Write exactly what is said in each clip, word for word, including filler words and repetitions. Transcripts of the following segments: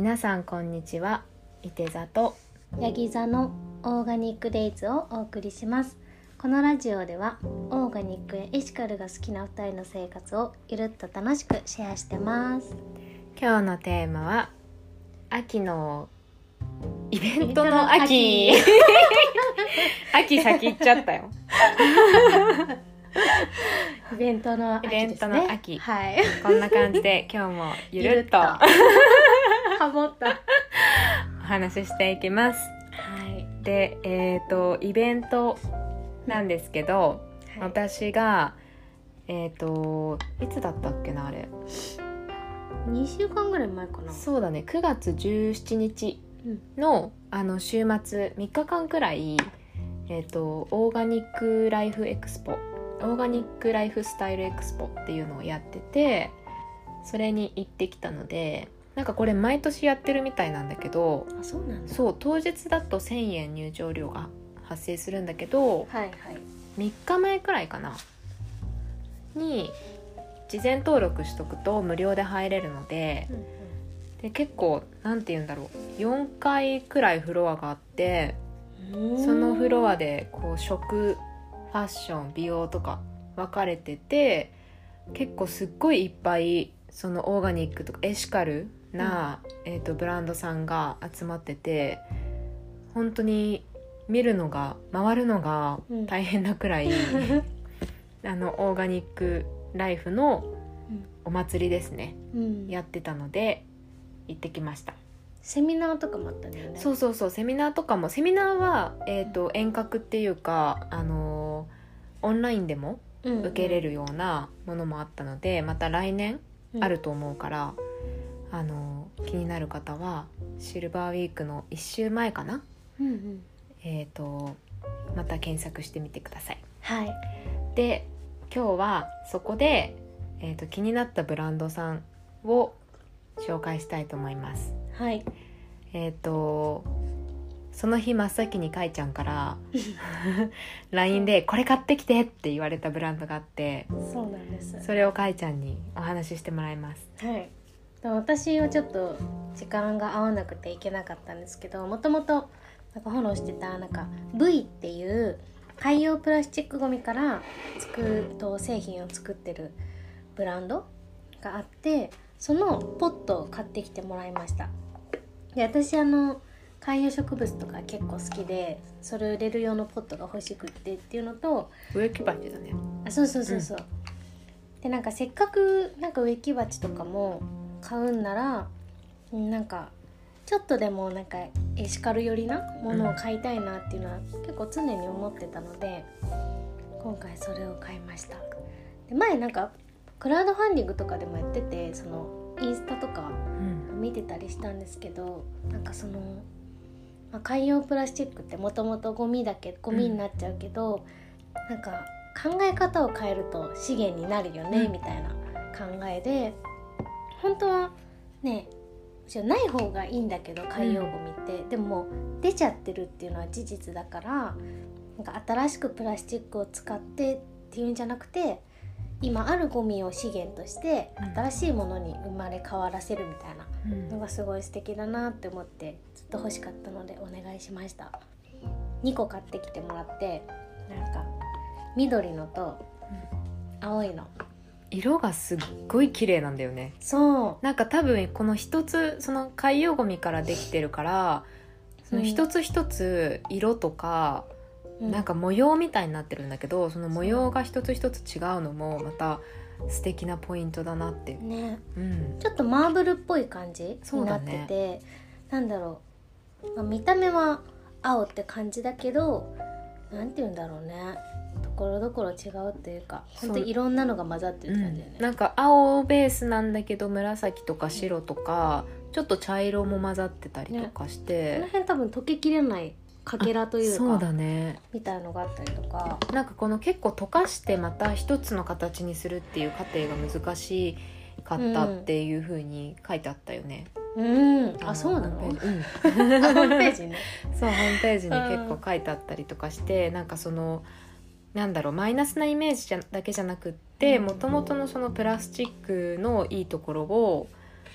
皆さんこんにちは。いて座とヤギ座のオーガニックデイズをお送りします。このラジオではオーガニックやエシカルが好きなふたりの生活をゆるっと楽しくシェアしてます。 今日のテーマは秋のイベントの秋秋先行っちゃったよイベントの秋ですね。 イベントの秋、 はい、 こんな感じで今日もゆるっとハモったお話ししていきます。 はい。 で、えーとイベントなんですけど、 はい、 私がえーといつだったっけな、あれにしゅうかんぐらい前かな。 そうだね、くがつじゅうしちにちの、うん、あの週末みっかかんくらい、えーとオーガニックライフエクスポオーガニックライフスタイルエクスポっていうのをやってて、それに行ってきたので、なんかこれ毎年やってるみたいなんだけど、 あ、そうなんだ。 そう当日だとせんえん入場料が発生するんだけど、 はいはい、 みっかまえくらいかなに事前登録しとくと無料で入れるので、うんうん、で結構なんて言うんだろう、よんかいくらいフロアがあって、そのフロアでこう食、ファッション、美容とか分かれてて、結構すっごいいっぱいそのオーガニックとかエシカルな、うん、えーと、ブランドさんが集まってて、本当に見るのが回るのが大変なくらい、うん、あのオーガニックライフのお祭りですね、うん、やってたので行ってきました。 セミナーとかもあったんだよね。 そうそうそう、セミナーとかも、セミナーは、えーと、遠隔っていうか、あのー、オンラインでも受けれるようなものもあったので、うんうん、また来年あると思うから、うん、あのー、気になる方はシルバーウィークのいっしゅうまえかな、うんうん、えーと、また検索してみてください。 はい。 で、今日はそこで、えーと、気になったブランドさんを紹介したいと思います。 はい。 えっとその日真っ先にかいちゃんからライン でこれ買ってきてって言われたブランドがあって、 そうなんです。 それをかいちゃんにお話ししてもらいます。 はい。私はちょっと時間が合わなくていけなかったんですけど、もともとなんかフォローしてたなんか V っていう海洋プラスチックごみから作ると製品を作ってるブランドがあって、そのポットを買ってきてもらいました。で、私あの観葉植物とか結構好きで、それを入れる用のポットが欲しくってっていうのと、 植木鉢だね。 あ、そうそうそうそう、うん、でなんかせっかくなんか植木鉢とかも買うんなら、なんかちょっとでもなんかエシカル寄りなものを買いたいなっていうのは結構常に思ってたので、今回それを買いました。で、前なんかクラウドファンディングとかでもやってて、そのインスタとか見てたりしたんですけど、うん、なんかその、まあ、海洋プラスチックってもともとゴミだけゴミになっちゃうけど、うん、なんか考え方を変えると資源になるよね、うん、みたいな考えで、本当はねない方がいいんだけど海洋ゴミって、うん、でも出ちゃってるっていうのは事実だから、なんか新しくプラスチックを使ってっていうんじゃなくて、今あるゴミを資源として新しいものに生まれ変わらせるみたいなのがすごい素敵だなって思って、ずっと欲しかったのでお願いしました。にこ買ってきてもらって、なんか緑のと青いの、 色がすっごい綺麗なんだよね。 そう、 なんか多分この一つ、その海洋ゴミからできてるから、その一つ一つ色とか、うん、なんか模様みたいになってるんだけど、その模様が一つ一つ違うのもまた素敵なポイントだなってね、 うん、 ちょっとマーブルっぽい感じになってて、ね、なんだろう、まあ、見た目は青って感じだけど、なんて言うんだろうね、ところどころ違うっていうか、本当にいろんなのが混ざってる感じだよね、うん、 なんか青ベースなんだけど紫とか白とか、うん、ちょっと茶色も混ざってたりとかして、ね、 この辺多分溶けきれないかけらというか、 そうだね、 みたいのがあったりとか、 なんかこの結構溶かしてまた一つの形にするっていう過程が難しかったっていう風に書いてあったよね。 うん、あ、そうなの？うん、ホームページね。 そう、ホームページに結構書いてあったりとかして、なんかそのなんだろう、マイナスなイメージじゃだけじゃなくって、もともとのそのプラスチックのいいところを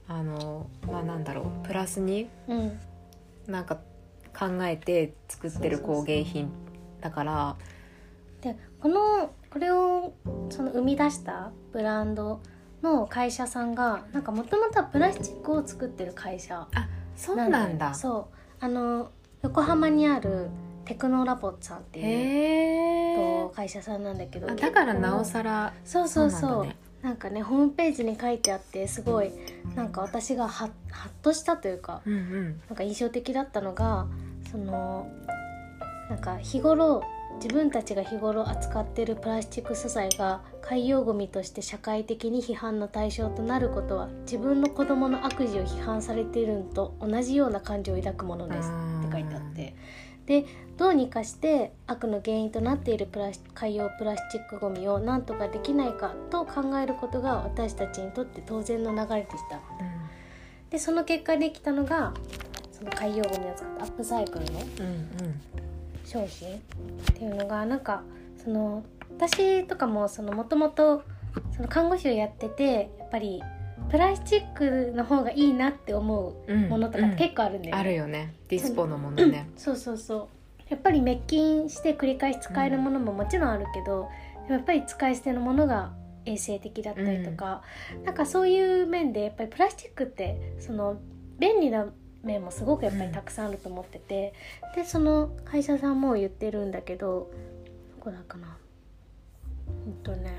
あのまあなんだろうプラスにうんなんか考えて作ってる工芸品だから。 でこのこれをその生み出したブランドの会社さんがなんかもともとはプラスチックを作ってる会社あ、そうなんだ。 そうあの横浜にあるテクノラボさんっていうへと会社さんなんだけど、 だからなおさらそうそうそう、 そうなんだね。 なんかねホームページに書いてあってすごいなんか私がハッハッとしたというか、 うんうん、 なんか印象的だったのがそのなんか日頃自分たちが日頃扱っているプラスチック素材が海洋ゴミとして社会的に批判の対象となることは自分の子供の悪事を批判されているのと同じような感情を抱くものですって書いてあって、でどうにかして悪の原因となっているプラス海洋プラスチックゴミを何とかできないかと考えることが私たちにとって当然の流れでした。でその結果できたのがその海洋ゴミを使ったアップサイクルの商品っていうのがなんかその私とかももともと看護師をやっててやっぱりプラスチックの方がいいなって思うものとかって結構あるんだよね、 うんうん、あるよねディスポのものねそうそうそうやっぱり滅菌して繰り返し使えるものももちろんあるけど、うん、でもやっぱり使い捨てのものが衛生的だったりとか、うん、なんかそういう面でやっぱりプラスチックってその便利な面もすごくやっぱりたくさんあると思ってて、うん、でその会社さんも言ってるんだけどどこだかなほんとね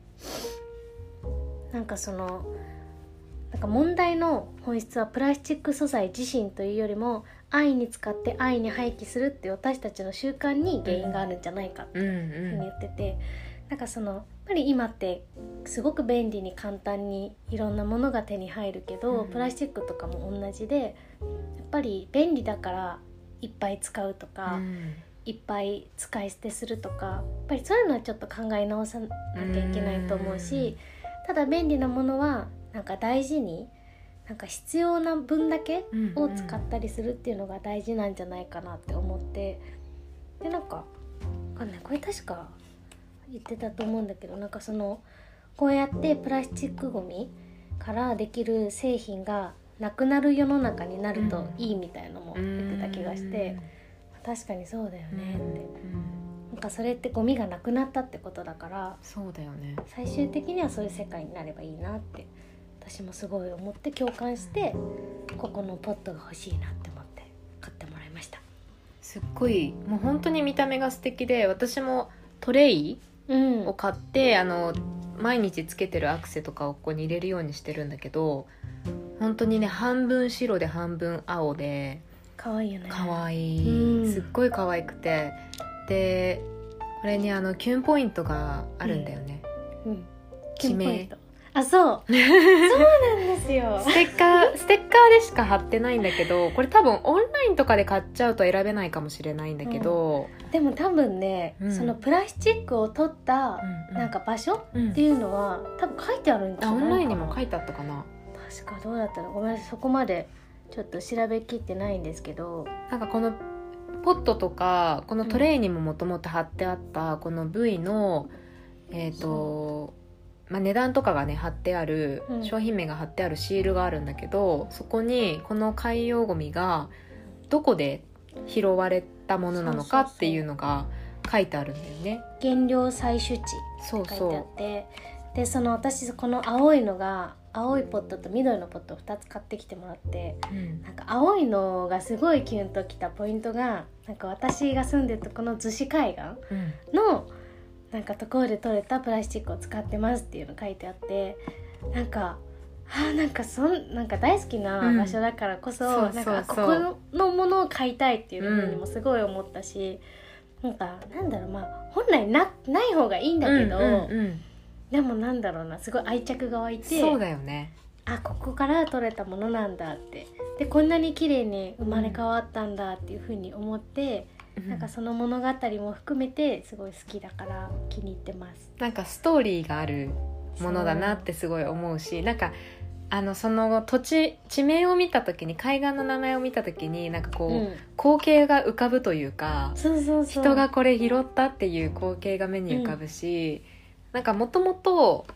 なんかそのなんか問題の本質はプラスチック素材自身というよりも安易に使って安易に廃棄するっていう私たちの習慣に原因があるんじゃないかっていうふうに言ってて、うんうんうん、なんかそのやっぱり今ってすごく便利に簡単にいろんなものが手に入るけど、うん、プラスチックとかも同じでやっぱり便利だからいっぱい使うとか、うん、いっぱい使い捨てするとかやっぱりそういうのはちょっと考え直さなきゃいけないと思うし、うん、ただ便利なものはなんか大事になんか必要な分だけを使ったりするっていうのが大事なんじゃないかなって思って、でなんかわかんないこれ確か言ってたと思うんだけどなんかそのこうやってプラスチックゴミからできる製品がなくなる世の中になるといいみたいなのも言ってた気がして、確かにそうだよねって、なんかそれってゴミがなくなったってことだからそうだよね最終的にはそういう世界になればいいなって私もすごい思って共感してここのポットが欲しいなって思って買ってもらいました。 すっごいもう本当に見た目が素敵で私もトレイを買って、うん、あの毎日つけてるアクセとかをここに入れるようにしてるんだけど本当にね半分白で半分青で可愛いよね可愛い、うん、すっごい可愛くてでこれにあのキュンポイントがあるんだよね、うんうん、 キュンポイントあそうそうなんですよステッカーステッカーでしか貼ってないんだけどこれ多分オンラインとかで買っちゃうと選べないかもしれないんだけど、 うん、でも多分ね、うん、そのプラスチックを取ったなんか場所っていうのは、うん、多分書いてあるんじゃないかな。 オンラインにも書いてあったかな。 確かどうだったのごめんなさいそこまでちょっと調べきってないんですけどなんかこのポットとかこのトレイにももともと貼ってあったこの V の、うん、えっとまあ、値段とかがね貼ってある、うん、商品名が貼ってあるシールがあるんだけどそこにこの海洋ゴミがどこで拾われたものなのかっていうのが書いてあるんだよね。 原料採取地って書いてあってそうそうでその私この青いのが青いポットと緑のポットをふたつ買ってきてもらって、うん、なんか青いのがすごいキュンときたポイントがなんか私が住んでるとこの逗子海岸の、うんなんかところで取れたプラスチックを使ってますっていうの書いてあってなんかあなんかそんなんか大好きな場所だからこそ、うん、なんかここのものを買いたいっていうふうにもすごい思ったし、うん、なんかなんだろうまあ本来 な, ない方がいいんだけど、うんうんうん、でもなんだろうなすごい愛着が湧いてそうだよねあここから取れたものなんだってでこんなに綺麗に生まれ変わったんだっていうふうに思って、うん、なんかその物語も含めてすごい好きだから気に入ってます。 なんかストーリーがあるものだなってすごい思うしなんかあのその土地地名を見た時に海岸の名前を見た時になんかこう、うん、光景が浮かぶというかそうそうそう人がこれ拾ったっていう光景が目に浮かぶし、うん、なんかもともと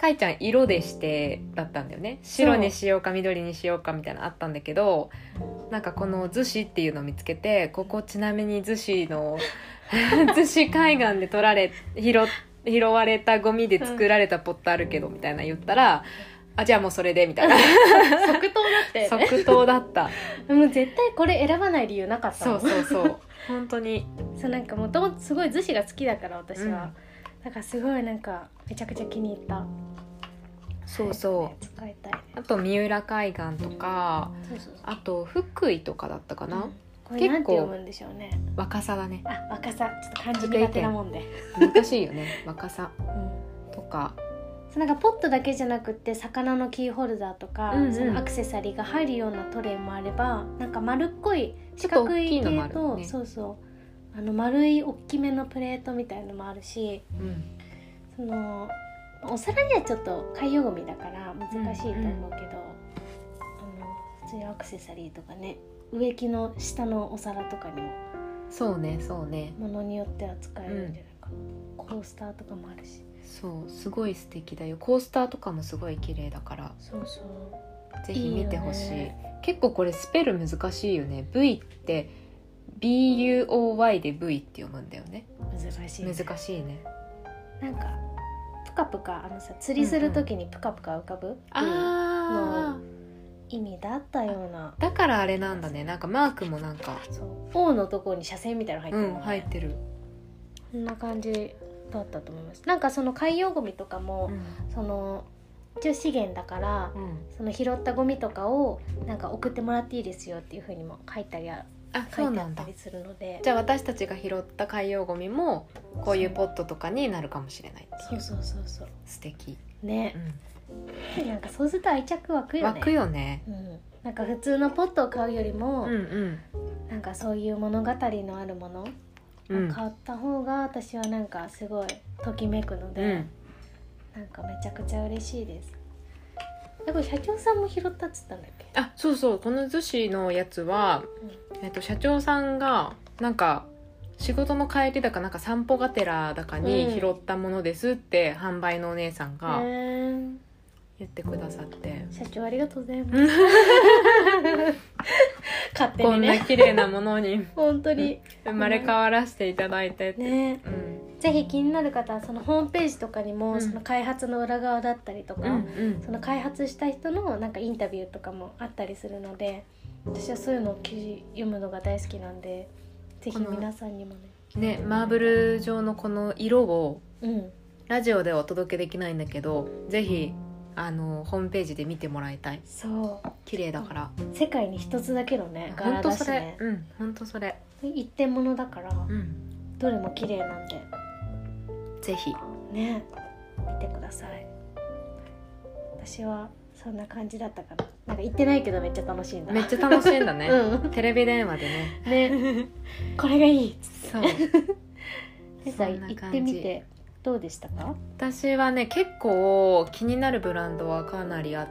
かいちゃん色でしてだったんだよね。白にしようか緑にしようかみたいなのあったんだけど、なんかこの逗子っていうのを見つけて、ここちなみに逗子の逗子海岸で取られ拾拾われたゴミで作られたポットあるけどみたいな言ったら、あじゃあもうそれでみたいな即答だってね。 即答だったもう絶対これ選ばない理由なかったそも。 うんそうそう本当にそうなんかもともとすごい逗子が好きだから私は、うん、だからすごいなんかめちゃくちゃ気に入った。 そうそう、ね、 使いたいね。 あと三浦海岸とか、 そうそうそう、 あと福井とかだったかな、うん、 これなんて読むんでしょうね。 若狭だね。 あ若狭、ちょっと漢字苦手なもんで難しいよね若狭、うん、とかなんかポットだけじゃなくって魚のキーホルダーとか、うんうん、そのアクセサリーが入るようなトレイもあれば、なんか丸っこい四角い系と、ね、そうそうあの丸い大きめのプレートみたいのもあるし、うん、そのお皿にはちょっと海洋ゴミだから難しいと思うけど、うんうん、あの普通にアクセサリーとかね、植木の下のお皿とかにもそうねそうねものによっては使えるんじゃないかな、うん、コースターとかもあるし、 そうすごい素敵だよ。コースターとかもすごい綺麗だから、 そうそうぜひ見てほしい。いいね、結構これスペル難しいよね。 V って ビーユーオーワイ で V って読むんだよね。 難しいね、 難しいね。 なんかプカプカあのさ釣りするときにプカプカ浮かぶ、うんうん、 あの意味だったような。 だからあれなんだね。なんかマークもなんかそう O のところに斜線みたいなの入ってる、ね、 うん入ってる。 こんな感じだったと思います。なんかその海洋ゴミとかも、うん、その一応資源だから、うん、その拾ったゴミとかをなんか送ってもらっていいですよっていう風にも書いたりああ書いてあったりするので、 じゃあ私たちが拾った海洋ゴミもこういうポットとかになるかもしれないっていう。 そうそうそうそう、 素敵ね、うん、なんかそうすると愛着湧くよね。 湧くよね、 うん、なんか普通のポットを買うよりも、 うんうん、 なんかそういう物語のあるもの買った方が私はなんかすごいときめくので、うん、なんかめちゃくちゃ嬉しいです。これ社長さんも拾ったっつったんだっけ。 あ、そうそう、この逗子のやつは、うん、えっと、社長さんがなんか仕事の帰りだかなんか散歩がてらだかに拾ったものですって、うん、販売のお姉さんが言ってくださって、 社長ありがとうございます勝手にね、 こんな綺麗なものに本当に生まれ変わらせていただいてって、 ね、 うん、 ぜひ気になる方はそのホームページとかにも、うん、その開発の裏側だったりとか、うんうん、その開発した人のなんかインタビューとかもあったりするので、私はそういうのを記事読むのが大好きなんで、ぜひ皆さんにもね、 ね、マーブル状のこの色を、 うん、 ラジオではお届けできないんだけど、ぜひあのホームページで見てもらいたい。 そう綺麗だから。 世界に一つだけのね柄だしね、 うん、ほんとそれ一点物だから、 うん、 どれも綺麗なんでぜひね見てください。私はそんな感じだったかな。なんか行ってないけどめっちゃ楽しいんだ。 めっちゃ楽しいんだね、 うん、 テレビ電話でねねこれがいいっつって。 そうさ行ってみてどうでしたか？ 私はね結構気になるブランドはかなりあって、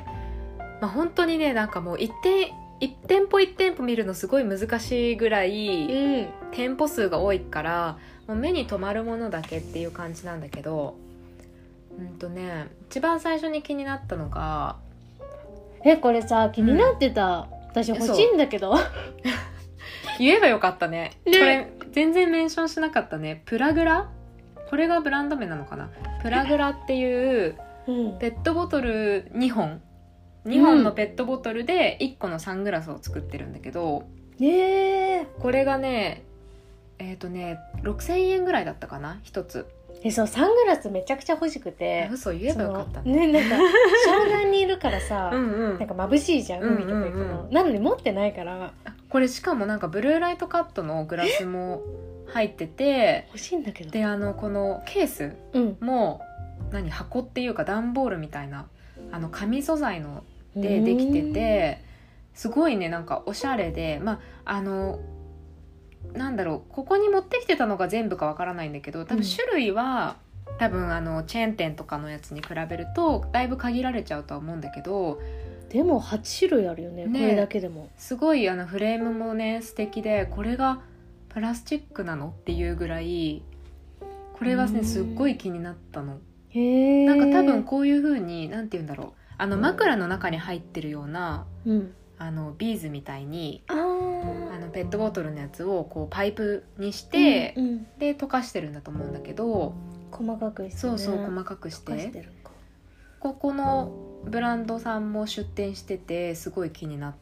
まあ、本当にねなんかもう一店一店舗一店舗見るのすごい難しいぐらい、うん、店舗数が多いからもう目に留まるものだけっていう感じなんだけど、うんとね一番最初に気になったのが、 えこれさ気になってた、うん、私欲しいんだけど言えばよかったね。ね、これ全然メンションしなかったね。プラグラ、これがブランド名なのかな。プラグラっていうペットボトルにほん、にほんのペットボトルでいっこのサングラスを作ってるんだけど、 うん、えー、 これがねえっとねろくせんえんぐらいだったかな一つ。 えそうサングラスめちゃくちゃ欲しくて。 嘘言えばよかったね。 ねなんか湘南にいるからさうん、うん、なんか眩しいじゃん、海とか行くの、うんうん、なのに持ってないから。 これしかもなんかブルーライトカットのグラスも入ってて欲しいんだけど。 であのこのケースも、うん、何箱っていうか段ボールみたいなあの紙素材のでできてて、すごいねなんかおしゃれで、まああのなんだろうここに持ってきてたのが全部かわからないんだけど、多分種類は、うん、多分あのチェーン店とかのやつに比べるとだいぶ限られちゃうとは思うんだけど、 でもはち種類あるよ ね, ねこれだけでもすごいあのフレームもね素敵で、これがプラスチックなのっていうぐらいこれはねすっごい気になったの。 へえ。 なんか多分こういう風になんて言うんだろう、あの枕の中に入ってるような、 うん、 あのビーズみたいにああのペットボトルのやつをこうパイプにして、 うんうん、 で溶かしてるんだと思うんだけど、 細かくして、ね、 そうそう細かくし溶かしてて、 るんか。 ここのブランドさんも出店しててすごい気になって。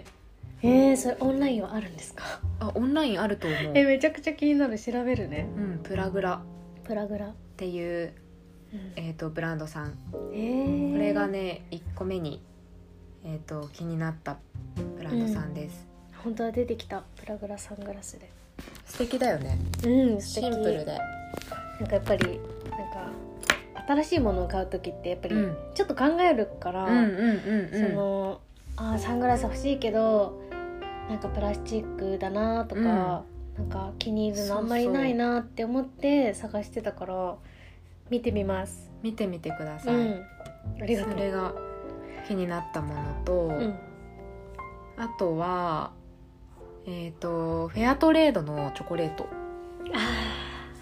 えー、それオンラインはあるんですか？ あ、オンラインあると思う。 え、めちゃくちゃ気になる。調べるね。 うん、プラグラプラグラっていう、 うん、 えー、とブランドさん、 えー、 これがねいっこめに、えー、と気になったブランドさんです、 うん、本当は出てきた。プラグラサングラスで素敵だよね。 うん素敵。 シンプルでなんかやっぱりなんか新しいものを買う時ってやっぱりうんちょっと考えるから、 うんうんうんうん、 そのあサングラス欲しいけどなんかプラスチックだなとか、うん、なんか気に入るのあんまりないなって思って探してたから見てみます。 見てみてください、うん、 ありがとう。 それが気になったものと、うん、あとはえっ、ー、とフェアトレードのチョコレート、 あ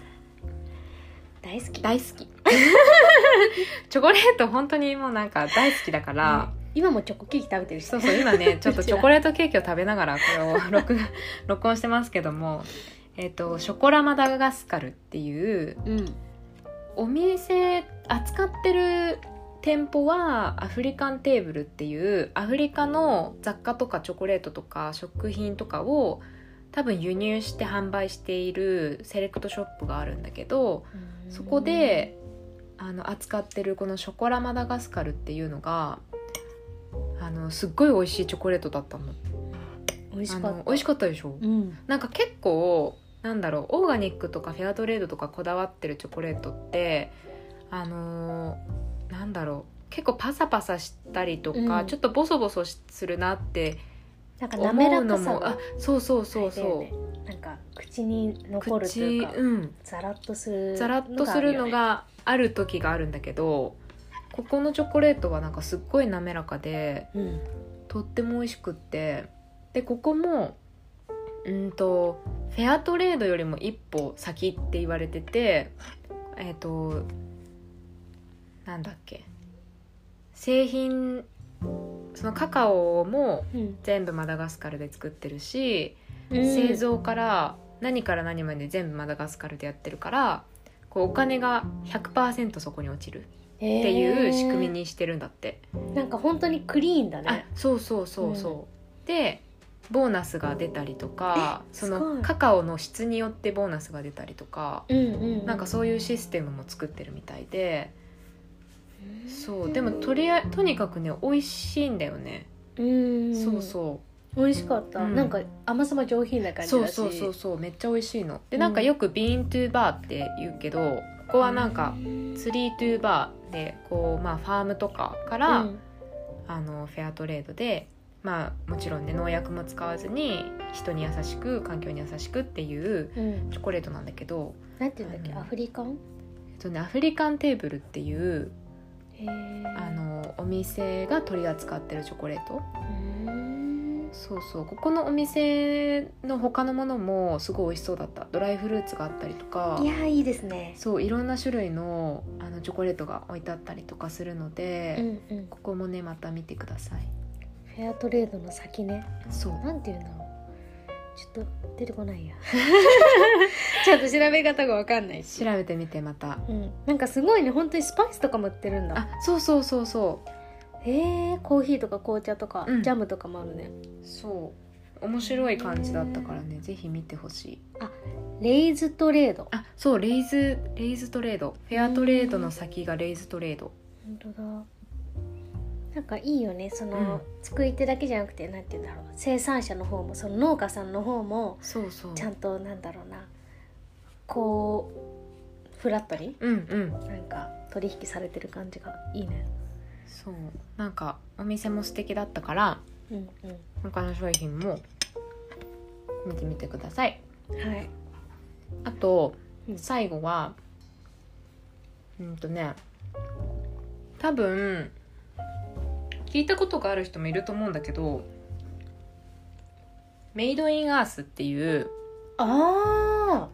大好き大好きチョコレート本当にもうなんか大好きだから、 うん今もチョコケーキ食べてるし、 そうそう今ねちょっとチョコレートケーキを食べながらこれを録, 録音してますけども、えーと、ショコラマダガスカルっていう、うん、お店扱ってる店舗はアフリカンテーブルっていうアフリカの雑貨とかチョコレートとか食品とかを多分輸入して販売しているセレクトショップがあるんだけど、そこであの扱ってるこのショコラマダガスカルっていうのがあのすっごい美味しいチョコレートだったの。 美味しかった。 あの美味しかったでしょ、うん、なんか結構なんだろうオーガニックとかフェアトレードとかこだわってるチョコレートってあのー、なんだろう結構パサパサしたりとか、うん、ちょっとボソボソするなってなんか滑らかさがあそうそうそうそう、 ね、なんか口に残るというか、 うん、 ザラッとするザラッとするのがある時があるんだけど、ここのチョコレートはなんかすっごい滑らかで、うん、とっても美味しくって、でここもうんとフェアトレードよりも一歩先って言われてて、えっとなんだっけ製品そのカカオも全部マダガスカルで作ってるし、うん、製造から何から何まで全部マダガスカルでやってるからこうお金が ひゃくパーセント そこに落ちるっていう仕組みにしてるんだって。 なんか本当にクリーンだね。 あそうそうそうそう、うん、でボーナスが出たりとかそのカカオの質によってボーナスが出たりとか、うんうんうん、なんかそういうシステムも作ってるみたいで、そうでもとりあとにかくね美味しいんだよね。うんそうそう美味しかった、うん、なんか甘さも上品な感じだし、 そうそうそうそうめっちゃ美味しいので、なんかよくビーントゥーバーって言うけど、ここはなんかツリートゥーバーでこう、まあ、ファームとかから、うん、あのフェアトレードで、まあ、もちろんね農薬も使わずに人に優しく環境に優しくっていうチョコレートなんだけど、 うん、なんていうんだっけアフリカン、えっとね、アフリカンテーブルっていうあのお店が取り扱ってるチョコレート。そうそうここのお店の他のものもすごい美味しそうだった。ドライフルーツがあったりとか、 いやいいですね。 そういろんな種類の、あのチョコレートが置いてあったりとかするので、うんうん、ここもねまた見てください。 フェアトレードの先ね。 そうなんていうんだろうちょっと出てこないやちょっと調べ方が分かんないし調べてみてまた、 うん、なんかすごいね本当にスパイスとかも売ってるんだ。 あそうそうそうそうへえコーヒーとか紅茶とか、うん、ジャムとかもあるね。 そう面白い感じだったからねぜひ見てほしい。 あレイズトレード。 あそうレイズレイズトレードフェアトレードの先がレイズトレード。 本当だなんかいいよねその、うん、作り手だけじゃなくてなんていうんだろう生産者の方もその農家さんの方もそうそうちゃんとなんだろうなこうフラットに、 うんうん、 なんか取引されてる感じがいいね。 そうなんかお店も素敵だったから、 うんうん、 他の商品も見てみてください。 はいあと、うん、最後はうんとね多分聞いたことがある人もいると思うんだけどメイドインアースっていうあ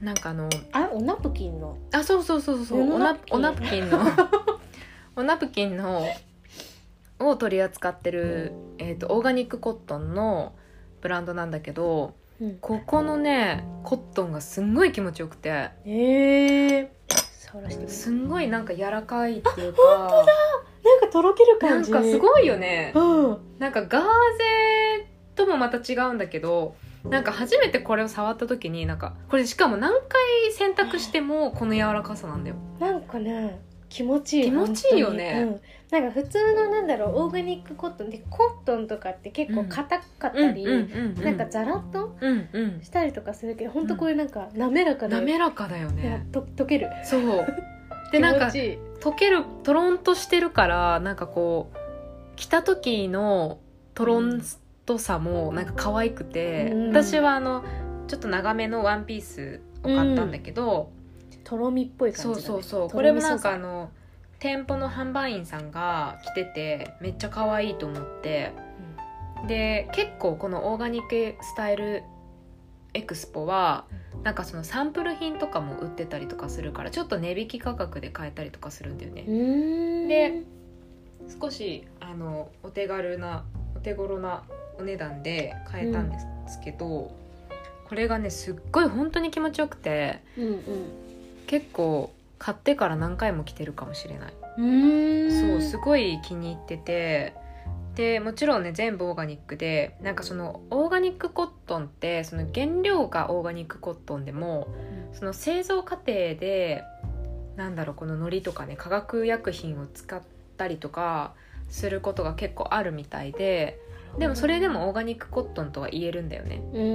なんかあのあおナプキンのあそうそうそうそうおナおナプキンのおナプキンのを取り扱ってる、えーと、オーガニックコットンのブランドなんだけど、うん、ここのねコットンがすんごい気持ちよくて、 えー、触らしてみる。 すんごいなんか柔らかいっていうか、 本当だ、なんかとろける感じ、 なんかすごいよね、 うん、 なんかガーゼともまた違うんだけど、なんか初めてこれを触った時になんかこれしかも何回洗濯してもこの柔らかさなんだよ。 なんかね気持ちいい、 気持ちいいよね、 うん、なんか普通のなんだろうオーガニックコットンでコットンとかって結構硬かったり、なんかザラッとしたりとかするけど、ほんとこれなんか滑らかだよ、 滑らかだよね、 と溶ける。 そうでなんか溶けるトロンとしてるから、なんかこう着た時のトロンとさもなんか可愛くて、うん、私はあのちょっと長めのワンピースを買ったんだけど、 うん、とろみっぽい感じだね。 そうそうそう、これもなんかあの店舗の販売員さんが着ててめっちゃ可愛いと思って、うん、で結構このオーガニックスタイルエクスポはなんかそのサンプル品とかも売ってたりとかするから、ちょっと値引き価格で買えたりとかするんだよね。 うーんで少しあのお手軽なお手頃なお値段で買えたんですけど、うん、これがねすっごい本当に気持ちよくて、 うんうん、 結構買ってから何回も着てるかもしれない。 うーんそうすごい気に入ってて、でもちろんね全部オーガニックで、なんかそのオーガニックコットンってその原料がオーガニックコットンでも、うん、その製造過程でなんだろうこの海苔とかね化学薬品を使ったりとかすることが結構あるみたいで、でもそれでもオーガニックコットンとは言えるんだよね。 うん、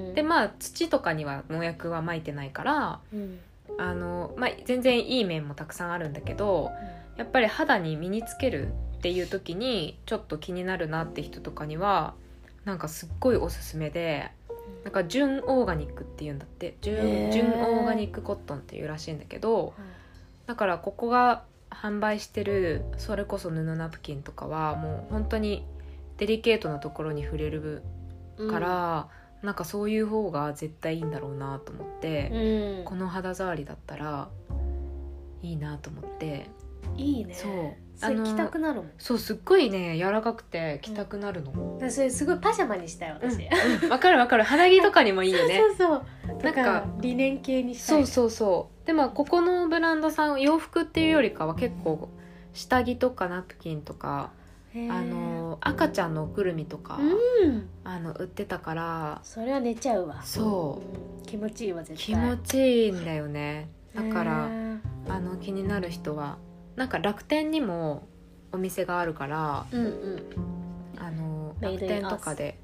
でまあ土とかには農薬は撒いてないから、うん、あのまあ、全然いい面もたくさんあるんだけど、うん、やっぱり肌に身につけるっていう時にちょっと気になるなって人とかにはなんかすっごいおすすめで、なんか純オーガニックっていうんだって、純、純オーガニックコットンっていうらしいんだけど、だからここが販売してるそれこそ布ナプキンとかはもう本当にデリケートなところに触れるから、うん、なんかそういう方が絶対いいんだろうなと思って、うん、この肌触りだったらいいなと思って。 いいね。 そうそれ着たくなるもん。 そうすっごいね柔らかくて着たくなるの、 うん、それすごいパジャマにしたい私。わ、 うんうん、かるわかる、肌着とかにもいいよね。 そうそうそう、なんかリネン系にしたい。 そうそうそう。でもここのブランドさん洋服っていうよりかは結構下着とかナプキンとかあの赤ちゃんのおくるみとか、うん、あの売ってたから、 それは寝ちゃうわ。 そう、 うん、気持ちいいわ絶対。 気持ちいいんだよね。だからあの気になる人はなんか楽天にもお店があるから、うんうん、あの楽天とかで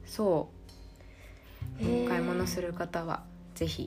そうお買い物する方はぜひ。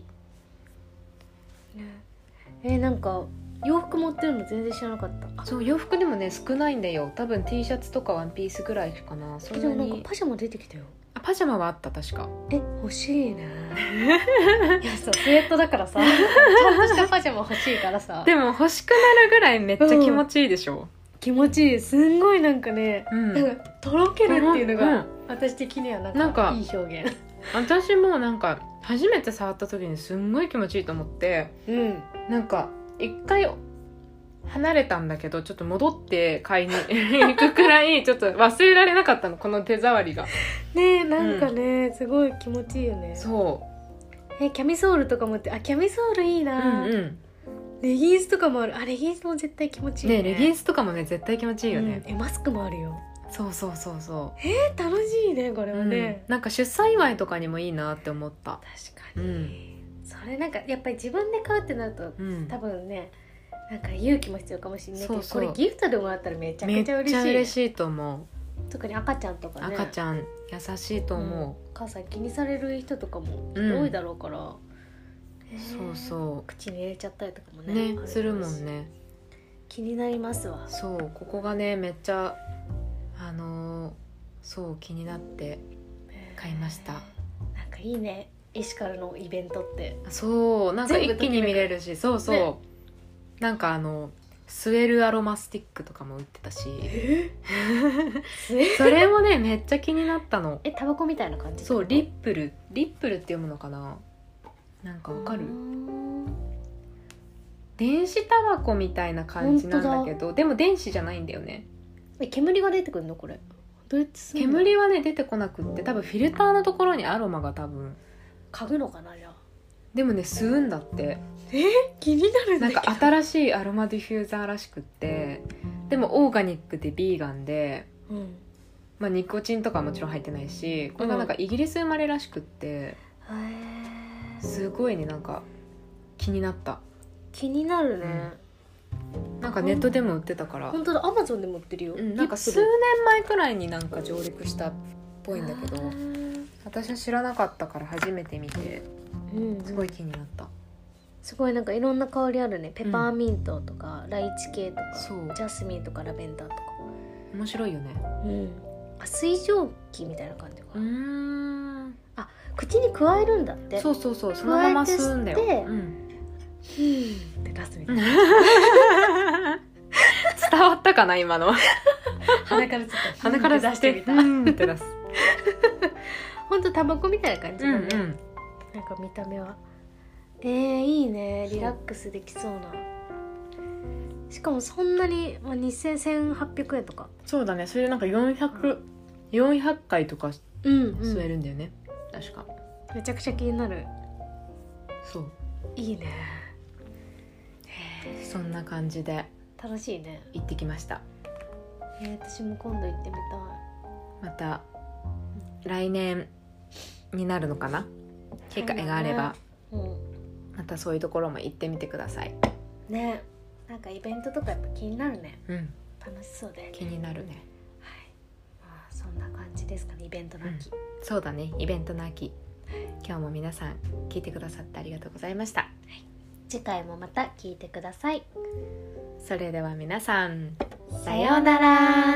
えー、なんか洋服持ってるの全然知らなかった。 そう洋服でもね少ないんだよ。多分 T シャツとかワンピースぐらいかな。そんなに。 でもなんかパジャマ出てきたよ。 あパジャマはあった確か。 え欲しいね。いやそうスウェットだからさちゃんとしたパジャマ欲しいからさ。 でも欲しくなるぐらいめっちゃ気持ちいいでしょ、うん、 気持ちいい。すんごいなんかね、うん、なんかとろけるっていうのが、うん、私的にはなんかいい表現。 私もなんか初めて触った時にすんごい気持ちいいと思って、うん、なんか一回離れたんだけどちょっと戻って買いに行くくらいちょっと忘れられなかったのこの手触りがねえなんかね、うん、すごい気持ちいいよね。 そうえキャミソールとかもってあキャミソールいいな、うんうん、レギンスとかもある。あレギンスも絶対気持ちいい ね, ねレギンスとかもね絶対気持ちいいよね、 うん、えマスクもあるよ。 そうそうそうそうえー、楽しいねこれはね、 うん、なんか出産祝いとかにもいいなって思った。 確かに、うん、それなんかやっぱり自分で買うってなると、うん、多分ねなんか勇気も必要かもしれないけど、そうそうこれギフトでもらったらめちゃくちゃ嬉しい、ね、 めっちゃ嬉しいと思う。 特に赤ちゃんとかね。 赤ちゃん優しいと思う、うん、 母さん気にされる人とかも多いだろうから、うんそうそう口に入れちゃったりとかも ね, ねするもんね。 気になりますわ。 そうここがねめっちゃあのー、そう気になって買いました。なんかいいねエシカルのイベントって。 そうなんか一気に見れるしそうそう、ね、なんかあのスエルアロマスティックとかも売ってたしそれもねめっちゃ気になったの。 えタバコみたいな感じ。 そうリップルリップルって読むのかな。 なんかわかる？ うん、 電子タバコみたいな感じなんだけど、でも電子じゃないんだよね。 え、煙が出てくるのこれ？どうやってすんの？ 煙はね出てこなくって、多分フィルターのところにアロマが多分嗅ぐのかな。じゃあでもね吸うんだって。 えー、気になるんだけど。 なんか新しいアロマディフューザーらしくって、でもオーガニックでビーガンで、 うん、 まあ、ニコチンとかはもちろん入ってないし、これがなんかイギリス生まれらしくって、 うん、 すごいね、なんか気になった。 気になるね、 うん、なんかネットでも売ってたから。 本当だ、アマゾンでも売ってるよ、 うん、なんか数年前くらいになんか上陸したっぽいんだけど、私は知らなかったから初めて見て、うん、すごい気になった。 すごいなんかいろんな香りあるね。ペパーミントとか、うん、ライチ系とかジャスミンとかラベンダーとか面白いよね。うん、 あ、水蒸気みたいな感じか。 うーん、 あ、口に加えるんだって。 そうそうそう、そのまま吸うんだよ。 で、うん、ふーって出すみたいな伝わったかな今の鼻からちょっと鼻から出してみたうんって出すほんとタバコみたいな感じだね、うんうん、なんか見た目は。えー、いいね、リラックスできそうな。しかもそんなに、まあ、にせん、せんはっぴゃくえんとか。 そうだね、それでなんかよんひゃく、よんひゃっかいとか吸えるんだよね、うんうん、確か。 めちゃくちゃ気になる。 そう、 いいね。 へ、そんな感じで楽しいね。 行ってきました。 えー、私も今度行ってみたい。 また来年になるのかな、機会があれば、うん、またそういうところも行ってみてくださいね。なんかイベントとかやっぱ気になるね、うん、楽しそうで、ね、 気になるね。 はい、まあ、そんな感じですかね、イベントの秋、うん、 そうだね、イベントの秋。今日も皆さん聞いてくださってありがとうございました、はい、 次回もまた聞いてください。 それでは皆さん、 さようなら。